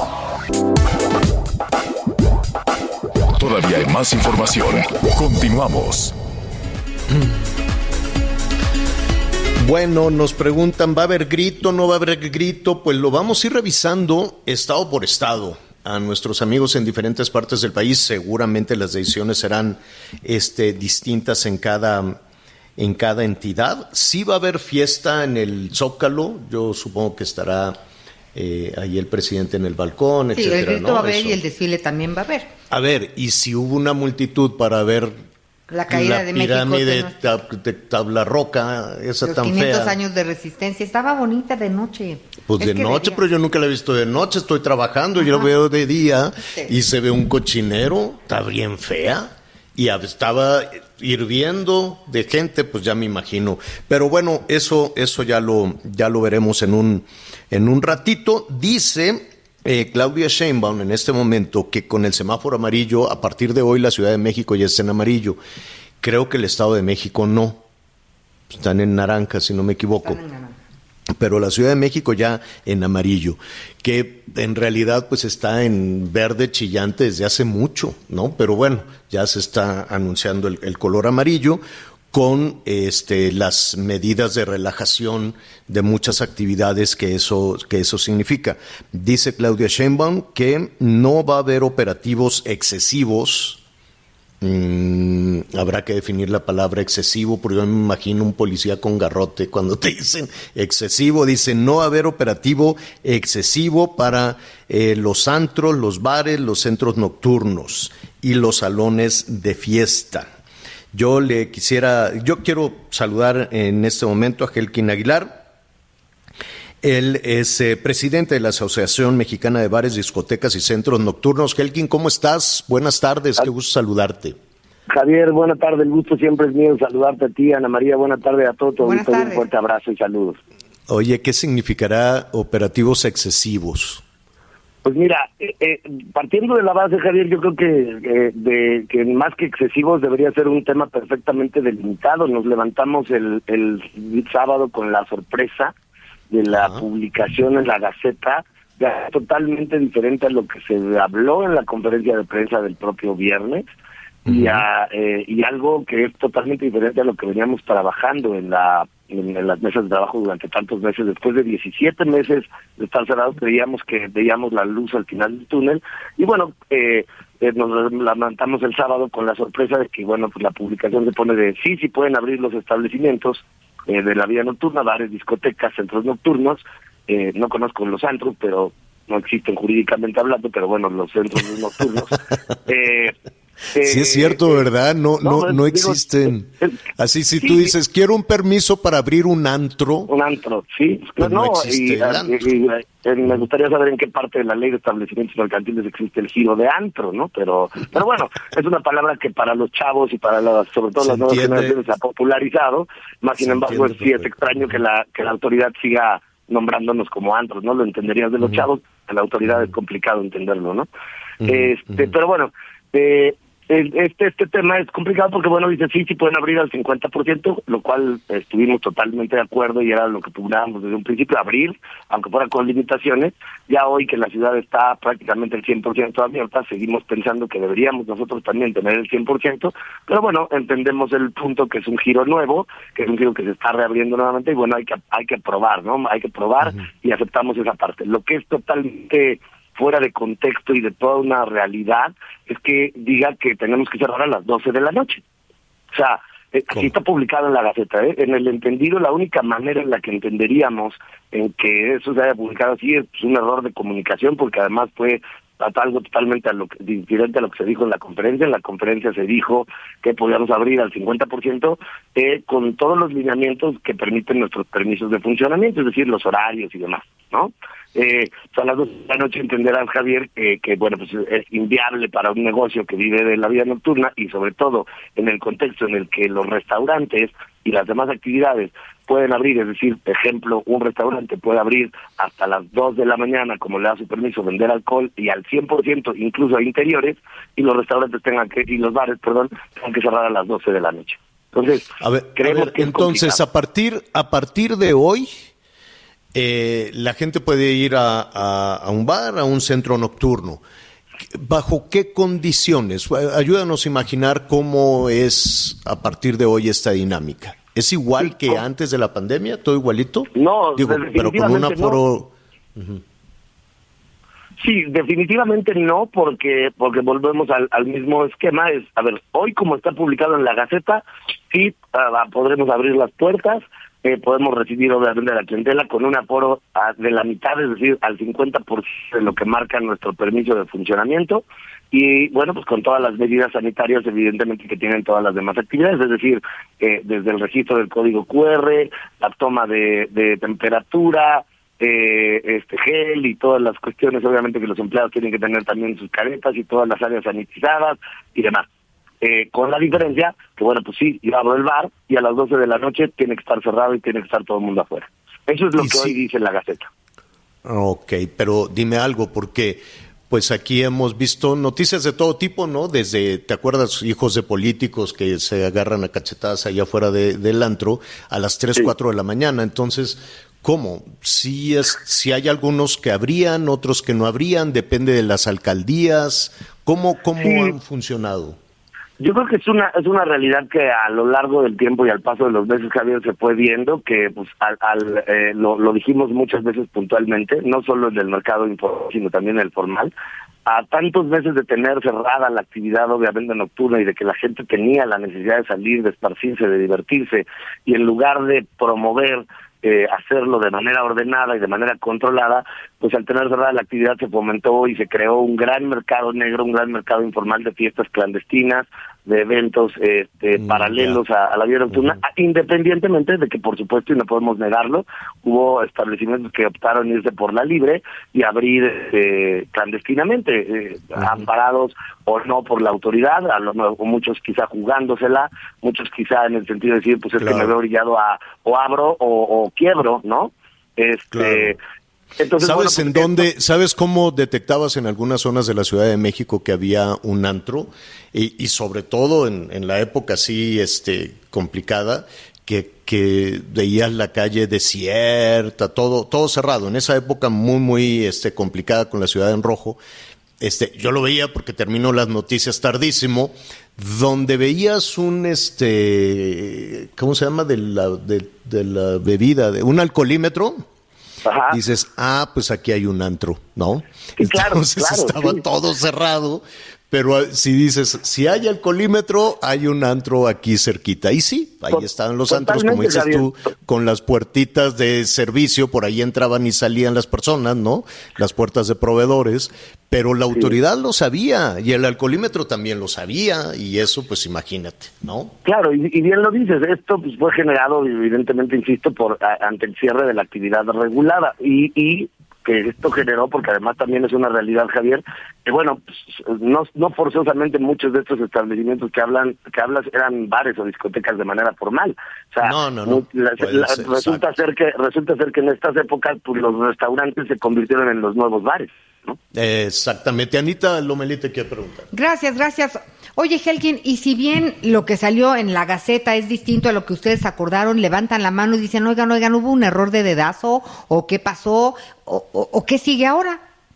Todavía hay más información. Continuamos. Bueno, nos preguntan, ¿va a haber grito, no va a haber grito? Pues lo vamos a ir revisando estado por estado. A nuestros amigos en diferentes partes del país, seguramente las decisiones serán este, distintas en cada, en cada entidad. Sí va a haber fiesta en el Zócalo, yo supongo que estará eh, ahí el presidente en el balcón, sí, etcétera. El grito ¿no? va a haber Eso. Y el desfile también va a haber. A ver, y si hubo una multitud para ver la caída la de pirámide México, de, tab, de tabla roca, esa los tan quinientos fea. años de resistencia, estaba bonita de noche. Pues es de noche, pero yo nunca la he visto de noche, estoy trabajando, Ajá. yo lo veo de día sí. y se ve un cochinero, está bien fea, y estaba hirviendo de gente, pues ya me imagino. Pero bueno, eso, eso ya lo, ya lo veremos en un, en un ratito. Dice Eh, Claudia Sheinbaum en este momento que con el semáforo amarillo, a partir de hoy la Ciudad de México ya está en amarillo. Creo que el Estado de México no. Están en naranja, si no me equivoco. Pero la Ciudad de México ya en amarillo, que en realidad pues está en verde chillante desde hace mucho, ¿no? Pero bueno, ya se está anunciando el, el color amarillo, con este, las medidas de relajación de muchas actividades que eso, que eso significa. Dice Claudia Sheinbaum que no va a haber operativos excesivos. Mm, habrá que definir la palabra excesivo, porque yo me imagino un policía con garrote cuando te dicen excesivo. Dice, no va a haber operativo excesivo para eh, los antros, los bares, los centros nocturnos y los salones de fiesta. Yo le quisiera, yo quiero saludar en este momento a Helkin Aguilar. Él es eh, presidente de la Asociación Mexicana de Bares, Discotecas y Centros Nocturnos. Helkin, ¿cómo estás? Buenas tardes, qué gusto saludarte. Javier, buena tarde, el gusto siempre es mío saludarte a ti, Ana María, buena tarde a todos, un fuerte abrazo y saludos. Oye, ¿qué significará operativos excesivos? Pues mira, eh, eh, partiendo de la base, Javier, yo creo que, eh, de, que más que excesivos debería ser un tema perfectamente delimitado. Nos levantamos el, el sábado con la sorpresa de la Ajá. publicación en la Gaceta, ya totalmente diferente a lo que se habló en la conferencia de prensa del propio viernes, uh-huh. y, a, eh, y algo que es totalmente diferente a lo que veníamos trabajando en la En, en las mesas de trabajo durante tantos meses. Después de diecisiete meses de estar cerrados, creíamos que veíamos la luz al final del túnel, y bueno, eh, eh, nos levantamos el sábado con la sorpresa de que, bueno, pues la publicación se pone de sí, sí pueden abrir los establecimientos eh, de la vida nocturna, bares, discotecas, centros nocturnos. Eh, no conozco los antros, pero no existen jurídicamente hablando, pero bueno, los centros nocturnos. eh, Eh, sí es cierto, ¿verdad? No, no, no, no existen. Digo, Así si sí, tú dices, quiero un permiso para abrir un antro. Un antro, sí. Pues no, no existe y, el antro. Y, y, y, me gustaría saber en qué parte de la ley de establecimientos mercantiles existe el giro de antro, ¿no? Pero, pero bueno, es una palabra que para los chavos y para las, sobre todo se las nuevas entiende. generaciones se ha popularizado. Más sin embargo, sí es extraño que la, que la autoridad siga nombrándonos como antros, ¿no? Lo entenderías de los uh-huh. chavos, a la autoridad uh-huh. es complicado entenderlo, ¿no? Uh-huh. Este, uh-huh. Pero bueno, eh, Este, este tema es complicado porque, bueno, dice, sí, sí pueden abrir al cincuenta por ciento, lo cual estuvimos totalmente de acuerdo y era lo que pugnábamos desde un principio, abrir, aunque fuera con limitaciones. Ya hoy que la ciudad está prácticamente el cien por ciento abierta, seguimos pensando que deberíamos nosotros también tener el cien por ciento, pero bueno, entendemos el punto que es un giro nuevo, que es un giro que se está reabriendo nuevamente y bueno, hay que hay que probar, ¿no? Hay que probar uh-huh. y aceptamos esa parte. Lo que es totalmente fuera de contexto y de toda una realidad, es que diga que tenemos que cerrar a las doce de la noche. O sea, eh, así está publicado en la Gaceta, ¿eh? En el entendido, la única manera en la que entenderíamos en que eso se haya publicado así es pues, un error de comunicación, porque además fue algo totalmente a lo que, diferente a lo que se dijo en la conferencia. En la conferencia se dijo que podíamos abrir al cincuenta por ciento eh, con todos los lineamientos que permiten nuestros permisos de funcionamiento, es decir, los horarios y demás, ¿no? Eh, a las dos de la noche entenderás, Javier, que, que bueno, pues es inviable para un negocio que vive de la vida nocturna y sobre todo en el contexto en el que los restaurantes y las demás actividades pueden abrir, es decir, por ejemplo, un restaurante puede abrir hasta las dos de la mañana, como le da su permiso, vender alcohol y al cien por ciento incluso a interiores, y los restaurantes tengan que, y los bares, perdón, tengan que cerrar a las doce de la noche. Entonces, a ver, creemos a ver, que entonces, complicado. a partir, a partir de hoy, eh, la gente puede ir a, a, a un bar, a un centro nocturno. ¿Bajo qué condiciones? Ayúdanos a imaginar cómo es a partir de hoy esta dinámica. ¿Es igual sí, que no. antes de la pandemia? ¿Todo igualito? No, Digo, pero con un aforo... No. Uh-huh. Sí, definitivamente no, porque porque volvemos al, al mismo esquema. Es, a ver, hoy como está publicado en la Gaceta, sí uh, podremos abrir las puertas, eh, podemos recibir obviamente a la clientela con un aforo uh, de la mitad, es decir, al cincuenta por ciento de lo que marca nuestro permiso de funcionamiento. Y bueno, pues con todas las medidas sanitarias evidentemente que tienen todas las demás actividades, es decir, eh, desde el registro del código cu erre, la toma de, de temperatura, eh, este gel y todas las cuestiones, obviamente que los empleados tienen que tener también sus caretas y todas las áreas sanitizadas y demás. Eh, con la diferencia que, bueno, pues sí, yo abro el bar y a las doce de la noche tiene que estar cerrado y tiene que estar todo el mundo afuera. Eso es lo que sí. hoy dice la Gaceta. Ok, pero dime algo, porque... Pues aquí hemos visto noticias de todo tipo, ¿no? Desde, ¿te acuerdas? Hijos de políticos que se agarran a cachetadas allá afuera de, del antro a las tres, sí. cuatro de la mañana. Entonces, ¿cómo? Si es, si hay algunos que habrían, otros que no habrían, depende de las alcaldías. ¿Cómo, cómo sí. han funcionado? Yo creo que es una es una realidad que a lo largo del tiempo y al paso de los meses, Javier, se fue viendo que pues al, al eh, lo, lo dijimos muchas veces puntualmente, no solo en el mercado informal, sino también en el formal, a tantos meses de tener cerrada la actividad obviamente nocturna y de que la gente tenía la necesidad de salir, de esparcirse, de divertirse, y en lugar de promover Eh, hacerlo de manera ordenada y de manera controlada, pues al tener cerrada la actividad se fomentó y se creó un gran mercado negro, un gran mercado informal de fiestas clandestinas, de eventos este, mm, paralelos yeah. a, a la vida nocturna, uh-huh. independientemente de que, por supuesto, y no podemos negarlo, hubo establecimientos que optaron irse por la libre y abrir eh, clandestinamente, eh, uh-huh. amparados o no por la autoridad, a lo, o muchos quizá jugándosela, muchos quizá en el sentido de decir, pues es claro. que me veo orillado a o abro o, o quiebro, ¿no? Este... Claro. Entonces, ¿Sabes bueno, en dónde, sabes cómo detectabas en algunas zonas de la Ciudad de México que había un antro? Y, y sobre todo en, en la época así este, complicada, que, que veías la calle desierta, todo, todo cerrado. En esa época muy, muy este, complicada con la ciudad en rojo, este, yo lo veía porque terminó las noticias tardísimo, donde veías un, este, ¿cómo se llama? De la, de, de la bebida, de un alcoholímetro. Ajá. Dices, ah, pues aquí hay un antro, ¿no? Sí, claro, Entonces claro, estaba sí. todo cerrado, pero si dices, si hay alcoholímetro, hay un antro aquí cerquita. Y sí, ahí Tot- estaban los antros, como dices Javier. tú, con las puertitas de servicio, por ahí entraban y salían las personas, ¿no? Las puertas de proveedores, pero la autoridad sí. lo sabía, y el alcoholímetro también lo sabía, y eso, pues imagínate, ¿no? Claro, y, y bien lo dices, esto pues fue generado, evidentemente, insisto, por a, ante el cierre de la actividad regulada, y, y que esto generó, porque además también es una realidad, Javier, que bueno, pues, no, no forzosamente muchos de estos establecimientos que hablan que hablas eran bares o discotecas de manera formal. O sea, no, no, no. La, la, ser, resulta exacto. ser que resulta ser que en estas épocas pues los restaurantes se convirtieron en los nuevos bares, ¿no? Exactamente. Anita Lomelí te quiere preguntar. Gracias, gracias. Oye, Helkin, y si bien lo que salió en la Gaceta es distinto a lo que ustedes acordaron, levantan la mano y dicen, oigan, oigan, ¿hubo un error de dedazo? ¿O qué pasó? ¿O, o, o qué sigue ahora?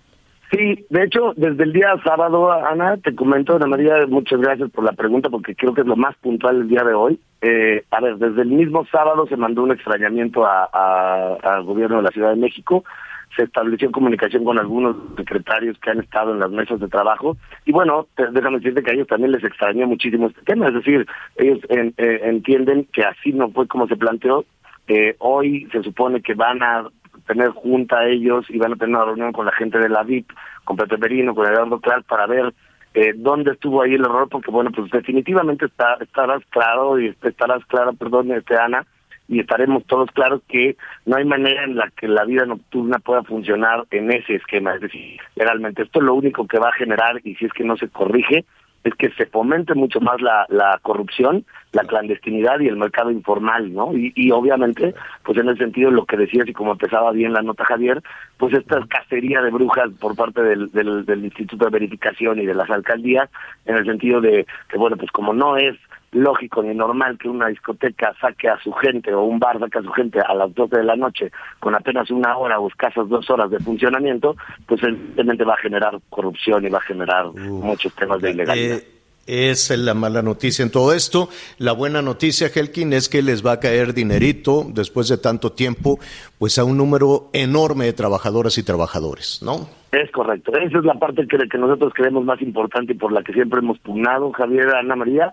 Sí, de hecho, desde el día sábado, Ana, te comento, Ana María, muchas gracias por la pregunta, porque creo que es lo más puntual el día de hoy. Eh, a ver, desde el mismo sábado se mandó un extrañamiento a, a, al gobierno de la Ciudad de México. Se estableció comunicación con algunos secretarios que han estado en las mesas de trabajo, y bueno, te, déjame decirte que a ellos también les extrañó muchísimo este tema, es decir, ellos en, eh, entienden que así no fue como se planteó. Eh, hoy se supone que van a tener junta ellos y van a tener una reunión con la gente de la V I P, con Pepe Merino, con Eduardo Clark, para ver eh, dónde estuvo ahí el error, porque bueno, pues definitivamente está, estarás claro, y estarás clara, perdón, este Ana, y estaremos todos claros que no hay manera en la que la vida nocturna pueda funcionar en ese esquema. Es decir, realmente esto es lo único que va a generar, y si es que no se corrige, es que se fomente mucho más la, la corrupción, la clandestinidad y el mercado informal, ¿no? Y, y obviamente, pues en el sentido de lo que decías, y como empezaba bien la nota Javier, pues esta cacería de brujas por parte del, del, del Instituto de Verificación y de las alcaldías, en el sentido de que, bueno, pues como no es lógico ni normal que una discoteca saque a su gente, o un bar saque a su gente a las doce de la noche con apenas una hora o escasas dos horas de funcionamiento, pues evidentemente va a generar corrupción y va a generar uh, muchos temas de ilegalidad. Eh, es la mala noticia en todo esto. La buena noticia, Helkin, es que les va a caer dinerito después de tanto tiempo, pues a un número enorme de trabajadoras y trabajadores, ¿no? Es correcto. Esa es la parte que, que nosotros creemos más importante y por la que siempre hemos pugnado, Javier, Ana María.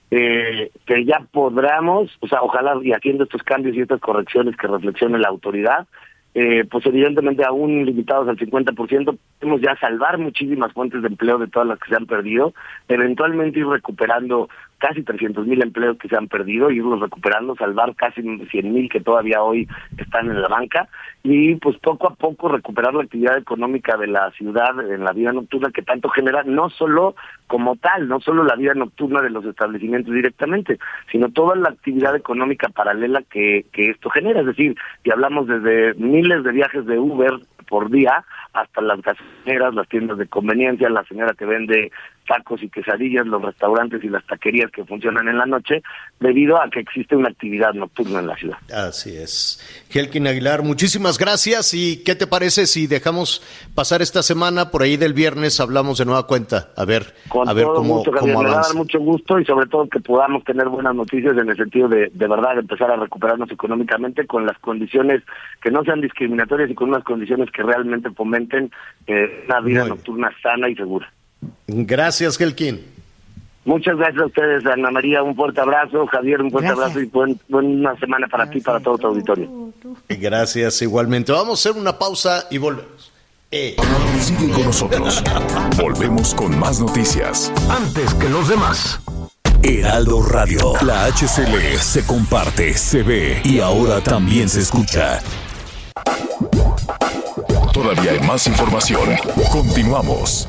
Eh, que ya podamos, o sea, ojalá y haciendo estos cambios y estas correcciones que reflexione la autoridad, eh, pues evidentemente aún limitados al cincuenta por ciento, podemos ya salvar muchísimas fuentes de empleo de todas las que se han perdido, eventualmente ir recuperando casi trescientos mil empleos que se han perdido, irlos recuperando, salvar casi cien mil que todavía hoy están en la banca, y pues poco a poco recuperar la actividad económica de la ciudad en la vida nocturna que tanto genera, no solo como tal, no solo la vida nocturna de los establecimientos directamente, sino toda la actividad económica paralela que, que esto genera. Es decir, si hablamos desde miles de viajes de Uber por día hasta las gasolineras, las tiendas de conveniencia, la señora que vende tacos y quesadillas, los restaurantes y las taquerías que funcionan en la noche, debido a que existe una actividad nocturna en la ciudad. Así es. Helkin Aguilar, muchísimas gracias. ¿Y qué te parece si dejamos pasar esta semana, por ahí del viernes hablamos de nueva cuenta? A ver, Con a ver todo cómo, gusto, Javier, cómo me va a avanza. dar mucho gusto, y sobre todo que podamos tener buenas noticias en el sentido de, de verdad, empezar a recuperarnos económicamente con las condiciones que no sean discriminatorias y con unas condiciones que realmente fomenten eh, una vida nocturna sana y segura. Gracias, Helkin. Muchas gracias a ustedes, Ana María, un fuerte abrazo, Javier, un fuerte Gracias. abrazo y buen, buena semana para gracias. ti y para todo tu auditorio. Gracias, igualmente. Vamos a hacer una pausa y volvemos. Eh. Sigue con nosotros. Volvemos con más noticias. Antes que los demás. Heraldo Radio. La H C L se comparte, se ve y ahora también se escucha. Todavía hay más información. Continuamos.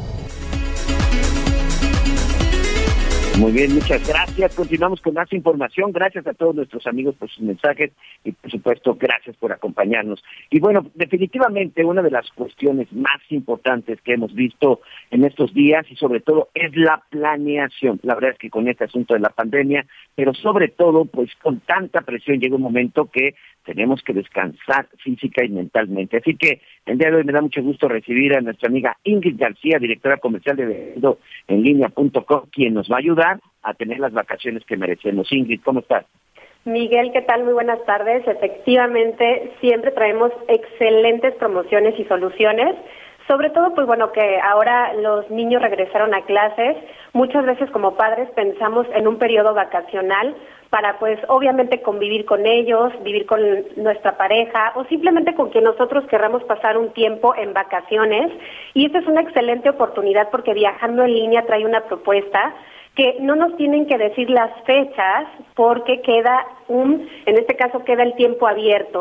Muy bien, muchas gracias. Continuamos con más información. Gracias a todos nuestros amigos por sus mensajes y, por supuesto, gracias por acompañarnos. Y bueno, definitivamente una de las cuestiones más importantes que hemos visto en estos días y sobre todo es la planeación. La verdad es que con este asunto de la pandemia, pero sobre todo, pues con tanta presión llega un momento que tenemos que descansar física y mentalmente. Así que el día de hoy me da mucho gusto recibir a nuestra amiga Ingrid García, directora comercial de Vendo en línea punto com, quien nos va a ayudar a tener las vacaciones que merecemos. Ingrid, ¿cómo estás? Miguel, ¿qué tal? Muy buenas tardes. Efectivamente, siempre traemos excelentes promociones y soluciones. Sobre todo, pues bueno, que ahora los niños regresaron a clases. Muchas veces como padres pensamos en un periodo vacacional para, pues, obviamente convivir con ellos, vivir con nuestra pareja o simplemente con quien nosotros querramos pasar un tiempo en vacaciones. Y esta es una excelente oportunidad porque Viajando en Línea trae una propuesta que no nos tienen que decir las fechas porque queda un, en este caso queda el tiempo abierto.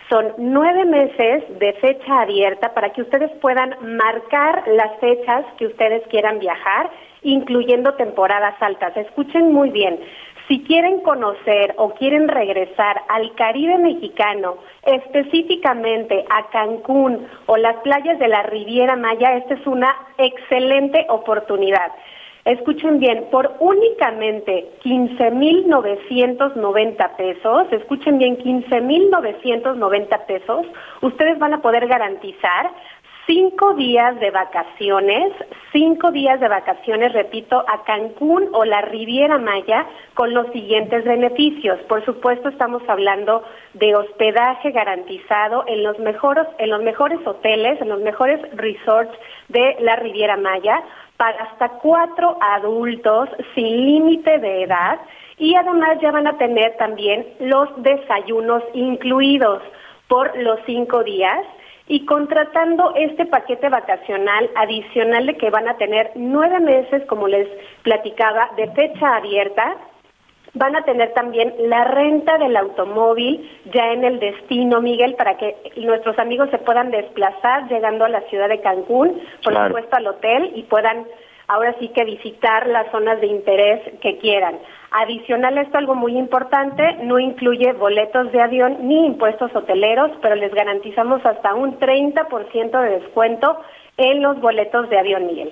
Son nueve meses de fecha abierta para que ustedes puedan marcar las fechas que ustedes quieran viajar, incluyendo temporadas altas. Escuchen muy bien. Si quieren conocer o quieren regresar al Caribe mexicano, específicamente a Cancún o las playas de la Riviera Maya, esta es una excelente oportunidad. Escuchen bien, por únicamente quince mil novecientos noventa pesos, escuchen bien, quince mil novecientos noventa pesos, ustedes van a poder garantizar cinco días de vacaciones, cinco días de vacaciones, repito, a Cancún o la Riviera Maya con los siguientes beneficios. Por supuesto, estamos hablando de hospedaje garantizado en los mejores, en los mejores hoteles, en los mejores resorts de la Riviera Maya, para hasta cuatro adultos sin límite de edad, y además ya van a tener también los desayunos incluidos por los cinco días. Y contratando este paquete vacacional adicional de que van a tener nueve meses, como les platicaba, de fecha abierta, van a tener también la renta del automóvil ya en el destino, Miguel, para que nuestros amigos se puedan desplazar llegando a la ciudad de Cancún, por claro. supuesto al hotel, y puedan ahora sí que visitar las zonas de interés que quieran. Adicional a esto, algo muy importante, no incluye boletos de avión ni impuestos hoteleros, pero les garantizamos hasta un treinta por ciento de descuento en los boletos de avión, Miguel.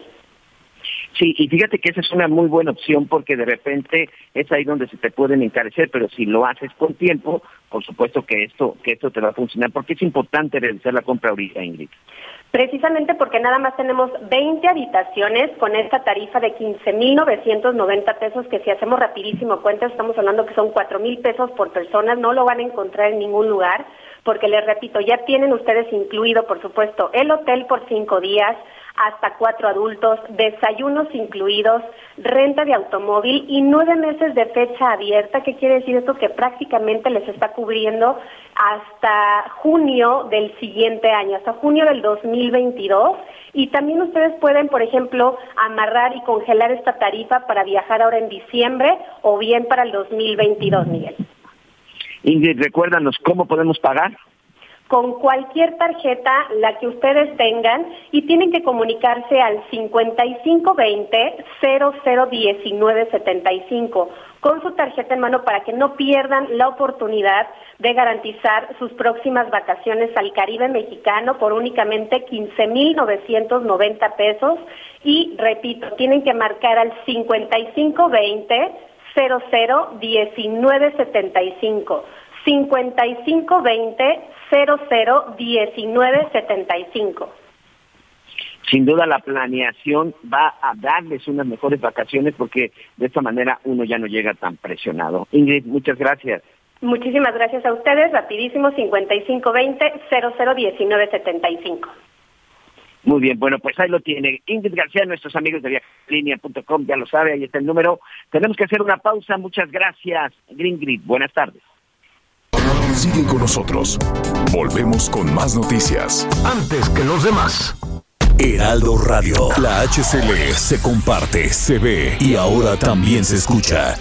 Sí, y fíjate que esa es una muy buena opción porque de repente es ahí donde se te pueden encarecer, pero si lo haces con tiempo, por supuesto que esto que esto te va a funcionar, porque es importante realizar la compra ahorita, Ingrid. Precisamente porque nada más tenemos veinte habitaciones con esta tarifa de quince mil novecientos noventa pesos, que si hacemos rapidísimo cuenta, estamos hablando que son cuatro mil pesos por persona, no lo van a encontrar en ningún lugar, porque les repito, ya tienen ustedes incluido, por supuesto, el hotel por cinco días, hasta cuatro adultos, desayunos incluidos, renta de automóvil y nueve meses de fecha abierta. ¿Qué quiere decir esto? Que prácticamente les está cubriendo hasta junio del siguiente año, hasta junio del dos mil veintidós. Y también ustedes pueden, por ejemplo, amarrar y congelar esta tarifa para viajar ahora en diciembre o bien para el dos mil veintidós, Miguel. Ingrid, recuérdanos cómo podemos pagar. Con cualquier tarjeta, la que ustedes tengan, y tienen que comunicarse al cincuenta y cinco veinte cero cero diecinueve setenta y cinco con su tarjeta en mano para que no pierdan la oportunidad de garantizar sus próximas vacaciones al Caribe mexicano por únicamente quince mil novecientos noventa pesos. Y repito, tienen que marcar al cincuenta y cinco veinte cero cero diecinueve setenta y cinco. cincuenta y cinco veinte cero cero diecinueve setenta y cinco. Sin duda la planeación va a darles unas mejores vacaciones porque de esta manera uno ya no llega tan presionado. Ingrid, muchas gracias. Muchísimas gracias a ustedes. Rapidísimo, cincuenta y cinco veinte cero cero diecinueve setenta y cinco. Muy bien, bueno, pues ahí lo tiene Ingrid García, nuestros amigos de viaje línea punto com, ya lo sabe, ahí está el número. Tenemos que hacer una pausa, muchas gracias. Ingrid, buenas tardes. Sigue con nosotros. Volvemos con más noticias. Antes que los demás. Heraldo Radio. La H C L se comparte, se ve y ahora también se escucha.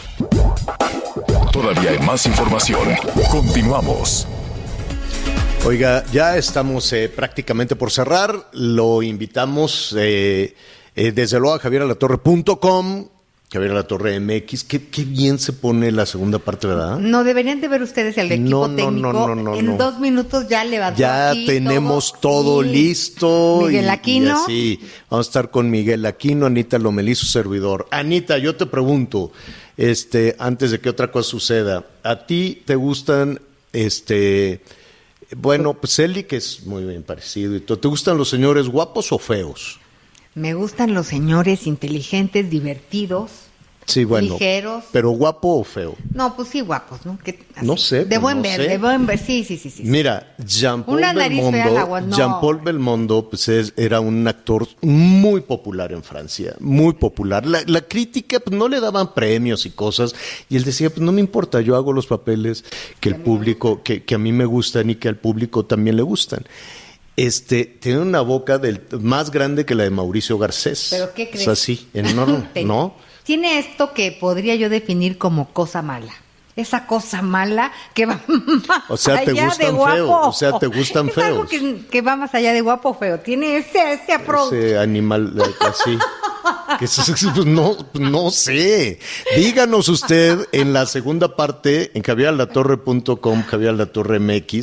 Todavía hay más información. Continuamos. Oiga, ya estamos eh, prácticamente por cerrar. Lo invitamos eh, eh, desde luego a javier alatorre punto com. Javier Alatorre M X, qué, qué bien se pone la segunda parte, ¿verdad? No, deberían de ver ustedes el equipo no, no, técnico. No, no, no, en no. dos minutos ya levantó Ya aquí tenemos todo, todo sí. listo. Miguel y, Aquino. Y así, vamos a estar con Miguel Aquino, Anita Lomelí, su servidor. Anita, yo te pregunto, este, antes de que otra cosa suceda, ¿a ti te gustan, este, bueno, pues Eli, que es muy bien parecido y todo, ¿te gustan los señores guapos o feos? Me gustan los señores inteligentes, divertidos, sí, bueno, ligeros. ¿Pero guapo o feo? No, pues sí, guapos, ¿no? Que, no sé. De pues buen no ver, sé. de buen ver, sí, sí, sí. sí. Mira, Jean-Paul Belmondo, agua, no. Jean-Paul Belmondo pues es, era un actor muy popular en Francia, muy popular. La, la crítica pues, no le daban premios y cosas, y él decía, pues no me importa, yo hago los papeles que el público, que, que a mí me gustan y que al público también le gustan. Este, tiene una boca del, más grande que la de Mauricio Garcés. ¿Pero qué crees? Es así, enorme, ¿no? Tiene esto que podría yo definir como cosa mala. esa cosa mala que va más O sea, te allá gustan de guapo. feos, o sea, te gustan es feos. Algo que, que va más allá de guapo o feo. Tiene ese, ese approach. Ese animal eh, así. Que es- pues no, no sé. Díganos usted en la segunda parte en javier alatorre punto com, Javier Alatorre M X.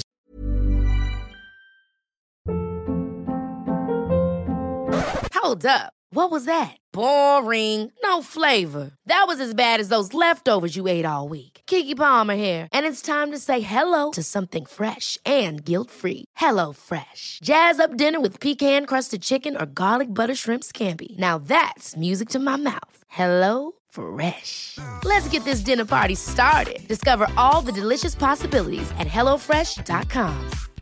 Hold up. What was that? Boring. No flavor. That was as bad as those leftovers you ate all week. Keke Palmer here, and it's time to say hello to something fresh and guilt-free. Hello Fresh. Jazz up dinner with pecan-crusted chicken or garlic butter shrimp scampi. Now that's music to my mouth. Hello Fresh. Let's get this dinner party started. Discover all the delicious possibilities at hello fresh dot com.